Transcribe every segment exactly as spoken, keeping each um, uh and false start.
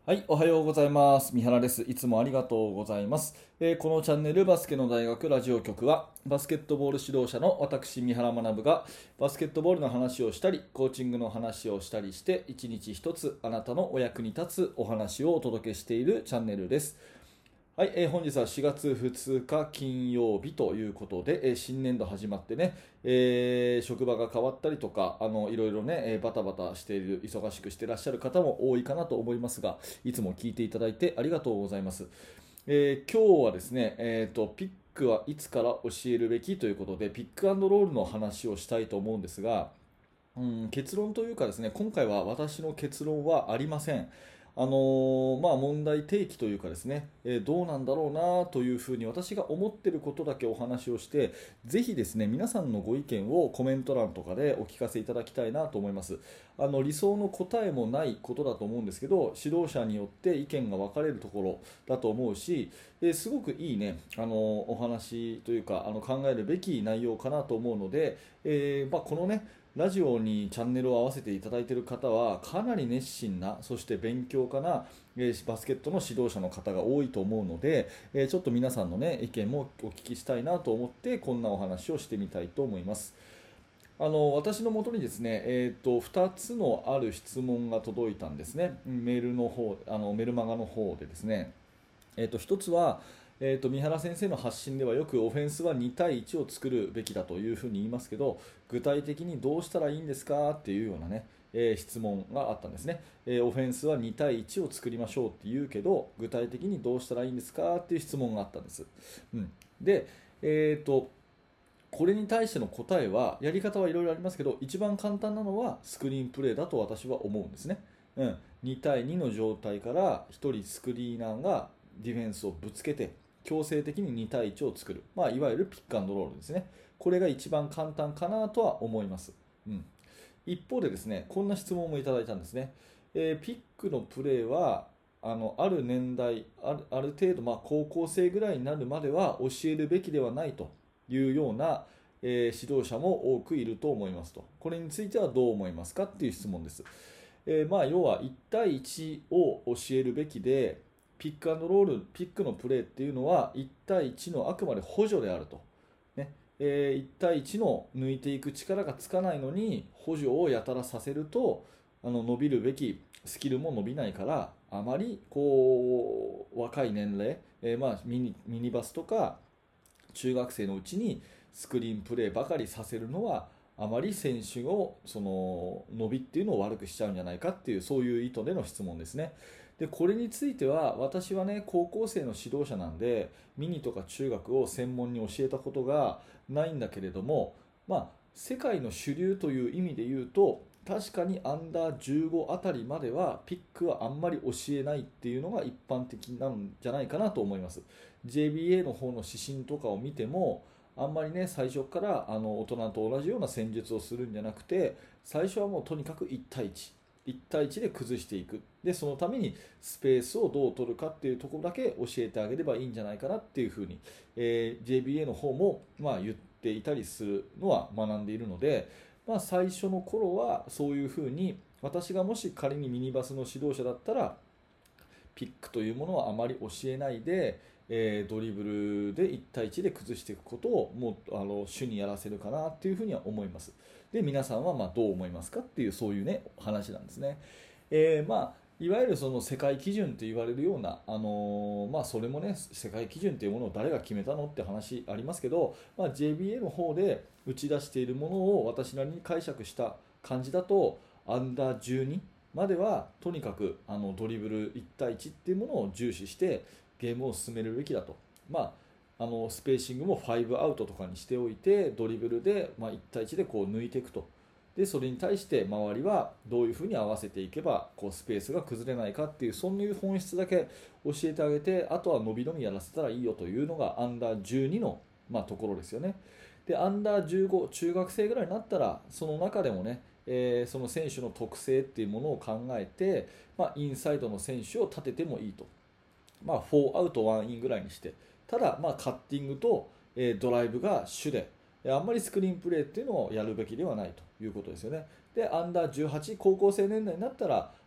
はい、おはようございます。三原です。いつもありがとうございます。えーこのチャンネルバスケの大学ラジオ局は、バスケットボール指導者の私、三原学が、バスケットボールの話をしたり、コーチングの話をしたりして、一日一つあなたのお役に立つお話をお届けしているチャンネルです。はい、えー本日はしがつふつか金曜日ということで、えー新年度始まってね、えー職場が変わったりとか、あのいろいろね、えーバタバタしている、忙しくしていらっしゃる方も多いかなと思いますが、いつも聞いていただいてありがとうございます。えー今日はですね、えーと、ピックはいつから教えるべきということで、ピックアンドロールの話をしたいと思うんですが、うん、結論というかですね、今回は私の結論はありません。あのーまあ問題提起というかですね、えーどうなんだろうなというふうに私が思っていることだけお話をして、ぜひですね、皆さんのご意見をコメント欄とかでお聞かせいただきたいなと思います。あの理想の答えもないことだと思うんですけど、指導者によって意見が分かれるところだと思うし、えーすごくいいね、あのーお話というか、あの考えるべき内容かなと思うので、えーまあ、このね、ラジオにチャンネルを合わせていただいている方はかなり熱心な、そして勉強家な、えーバスケットの指導者の方が多いと思うので、えーちょっと皆さんの、ね、意見もお聞きしたいなと思ってこんなお話をしてみたいと思います。あの私のもとにですね、えーと、ふたつのある質問が届いたんですね、メールの方、あのメルマガの方でですね。えー、と一つは、えー、と三原先生の発信ではよくオフェンスはに対いちを作るべきだというふうに言いますけど、具体的にどうしたらいいんですかっていうようなね、えー質問があったんですね、えーオフェンスはに対いちを作りましょうって言うけど、具体的にどうしたらいいんですかっていう質問があったんです。うん、で、えー、とこれに対しての答えは、やり方はいろいろありますけど、一番簡単なのはスクリーンプレーだと私は思うんですね。うん、に対にの状態からひとりスクリーナーがディフェンスをぶつけて、強制的にに対いちを作る。まあ、いわゆるピックアンドロールですね。これが一番簡単かなとは思います。うん、一方でですね、こんな質問もいただいたんですね。えーピックのプレーは、あのある年代、あるある程度、まあ、高校生ぐらいになるまでは教えるべきではないというような、えー指導者も多くいると思いますと。これについてはどう思いますかっていう質問です。えーまあ、要はいち対いちを教えるべきで、ピックアンドロール、ピックのプレーっていうのはいち対いちのあくまで補助であると。ねえーいち対いちの抜いていく力がつかないのに補助をやたらさせると、あの伸びるべきスキルも伸びないから、あまりこう若い年齢、えーまあ、ミニミニバスとか中学生のうちにスクリーンプレーばかりさせるのは、あまり選手をその伸びっていうのを悪くしちゃうんじゃないかっていう、そういう意図での質問ですね。でこれについては、私はね、高校生の指導者なんでミニとか中学を専門に教えたことがないんだけれども、まあ、世界の主流という意味で言うと、確かにアンダーじゅうごあたりまではピックはあんまり教えないっていうのが一般的なんじゃないかなと思います。 ジェービーエー の方の指針とかを見ても、あんまりね、最初からあの大人と同じような戦術をするんじゃなくて、最初はもうとにかくいち対いち、いち対いちで崩していく。で、そのためにスペースをどう取るかっていうところだけ教えてあげればいいんじゃないかなっていうふうに、えー ジェービーエー の方もまあ言っていたりするのは学んでいるので、まあ、最初の頃はそういうふうに、私がもし仮にミニバスの指導者だったら、ピックというものはあまり教えないで、えードリブルでいち対いちで崩していくことをもうあの主にやらせるかなっていうふうには思います。で、皆さんはまあどう思いますかっていう、そういうね、話なんですね。えーまあいわゆるその世界基準と言われるような、あのーまあ、それもね、世界基準というものを誰が決めたのって話ありますけど、まあ、ジェービーエー の方で打ち出しているものを私なりに解釈した感じだと、アンダーじゅうにまではとにかくあのドリブルいち対いちっていうものを重視してゲームを進めるべきだと。まあ、あのスペーシングもごアウトとかにしておいて、ドリブルで、まあ、いち対いちでこう抜いていくと。でそれに対して周りはどういうふうに合わせていけばこうスペースが崩れないかっていう、そういう本質だけ教えてあげて、あとは伸び伸びやらせたらいいよというのがアンダーじゅうにの、まあ、ところですよね。でアンダーじゅうご、中学生ぐらいになったら、その中でもね、えーその選手の特性っていうものを考えて、まあ、インサイドの選手を立ててもいいと。まあ、よんアウトいちインぐらいにして、ただ、まあ、カッティングと、えードライブが主で、あんまりスクリーンプレーっていうのをやるべきではないということですよね。で、アンダーじゅうはち、高校生年代になったら、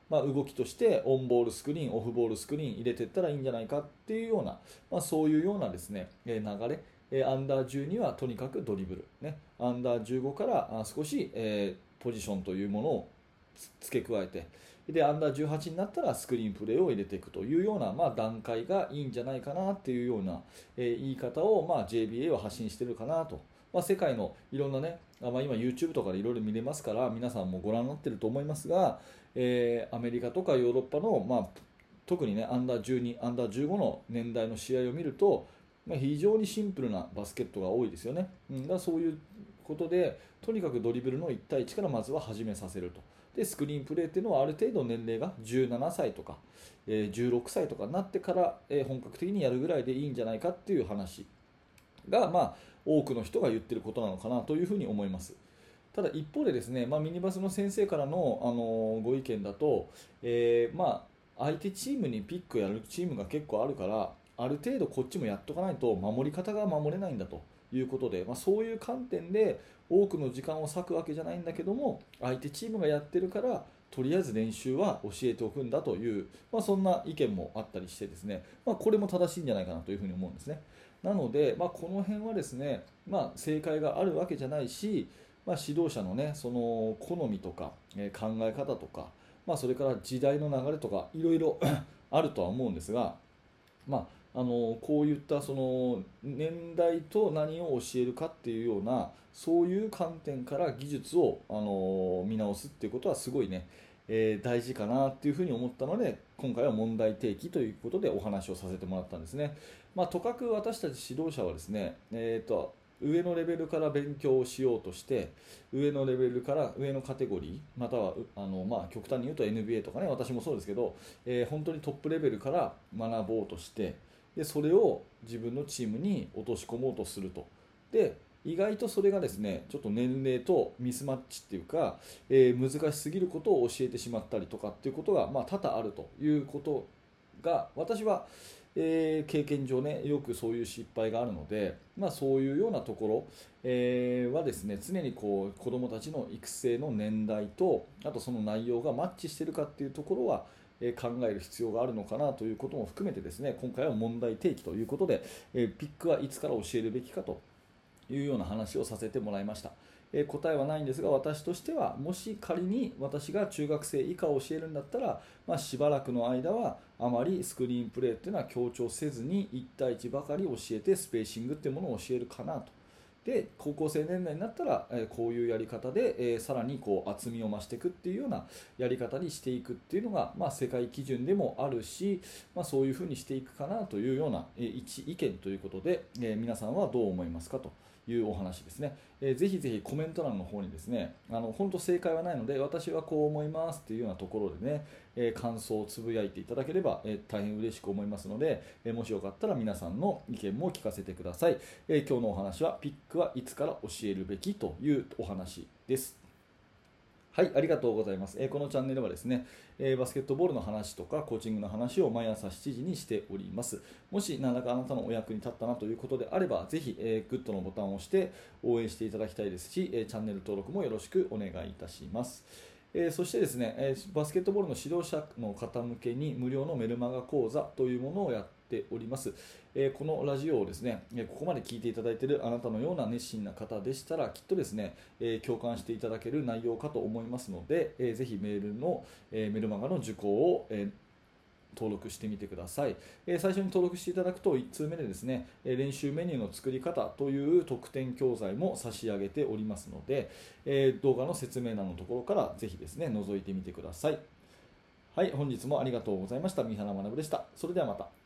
まあ、動きとしてオンボールスクリーン、オフボールスクリーン入れていったらいいんじゃないかっていうような、まあ、そういうようなですね、えー流れ、えーアンダーじゅうにはとにかくドリブル、ね、アンダーじゅうごからあ少し、えーポジションというものをつ付け加えて、でアンダーじゅうはちになったらスクリーンプレーを入れていくというような、まあ、段階がいいんじゃないかなっていうような、えー言い方を、まあ、ジェービーエー は発信してるかなと。まあ、世界のいろんなね、あまあ、今 YouTube とかでいろいろ見れますから皆さんもご覧になってると思いますが、えーアメリカとかヨーロッパの、まあ、特にねアンダーじゅうに、アンダーじゅうごの年代の試合を見ると、まあ、非常にシンプルなバスケットが多いですよね。うん、だからそういうことでとにかくドリブルのいち対いちからまずは始めさせると。でスクリーンプレーっていうのはある程度年齢がじゅうななさいとか、えーじゅうろくさいとかになってから、えー本格的にやるぐらいでいいんじゃないかっていう話が、まあ、多くの人が言ってることなのかなというふうに思います。ただ一方でですね、まあ、ミニバスの先生からの、あのご意見だと、えーまあ、相手チームにピックやるチームが結構あるからある程度こっちもやっとかないと守り方が守れないんだということで、まあ、そういう観点で多くの時間を割くわけじゃないんだけども相手チームがやってるからとりあえず練習は教えておくんだという、まあ、そんな意見もあったりしてですね、まあ、これも正しいんじゃないかなというふうに思うんですね。なので、まあ、この辺はですね、まあ、正解があるわけじゃないし、まあ、指導者のね、その好みとか、えー考え方とか、まあ、それから時代の流れとか、いろいろあるとは思うんですが、まあ、あのこういったその年代と何を教えるかっていうようなそういう観点から技術をあの見直すっていうことはすごいね、えー大事かなっていうふうに思ったので今回は問題提起ということでお話をさせてもらったんですね。まあ、とかく私たち指導者はですね、えーと上のレベルから勉強をしようとして上のレベルから上のカテゴリーまたはうあの、まあ、極端に言うと エヌビーエー とかね私もそうですけど、えー本当にトップレベルから学ぼうとしてでそれを自分のチームに落とし込もうとすると。で意外とそれがですねちょっと年齢とミスマッチっていうか、えー難しすぎることを教えてしまったりとかっていうことが、まあ、多々あるということが私は、えー経験上ねよくそういう失敗があるので、まあ、そういうようなところ、えーはですね常にこう子どもたちの育成の年代とあとその内容がマッチしているかっていうところはえー考える必要があるのかなということも含めてですね今回は問題提起ということで、えーピックはいつから教えるべきかというような話をさせてもらいました。えー答えはないんですが私としてはもし仮に私が中学生以下を教えるんだったら、まあ、しばらくの間はあまりスクリーンプレーっていうのは強調せずにいち対いちばかり教えてスペーシングっていうものを教えるかなと。で高校生年代になったら、えーこういうやり方で、えーさらにこう厚みを増していくっていうようなやり方にしていくっていうのが、まあ、世界基準でもあるし、まあ、そういうふうにしていくかなというような、えー一意見ということで、えー皆さんはどう思いますかというお話ですね。えーぜひぜひコメント欄の方にですね、あの本当正解はないので私はこう思いますっていうようなところでね、えー感想をつぶやいていただければ、えー大変嬉しく思いますので、えーもしよかったら皆さんの意見も聞かせてください。えー今日のお話はピックはいつから教えるべきというお話です。はい、ありがとうございます。えーこのチャンネルはですね、えーバスケットボールの話とかコーチングの話を毎朝しちじにしております。もし何らかあなたのお役に立ったなということであれば、ぜひ、えーグッドのボタンを押して応援していただきたいですし、えーチャンネル登録もよろしくお願いいたします。えーそしてですね、えーバスケットボールの指導者の方向けに無料のメルマガ講座というものをやっております。えーこのラジオをですね、えーここまで聞いていただいているあなたのような熱心な方でしたら、きっとですね、えー共感していただける内容かと思いますので、えーぜひメールの、えーメルマガの受講を、えー登録してみてください。えー最初に登録していただくといち通目でですね、えー練習メニューの作り方という特典教材も差し上げておりますので、えー動画の説明欄のところからぜひですね、覗いてみてください。はい、本日もありがとうございました。三原学でした。それではまた。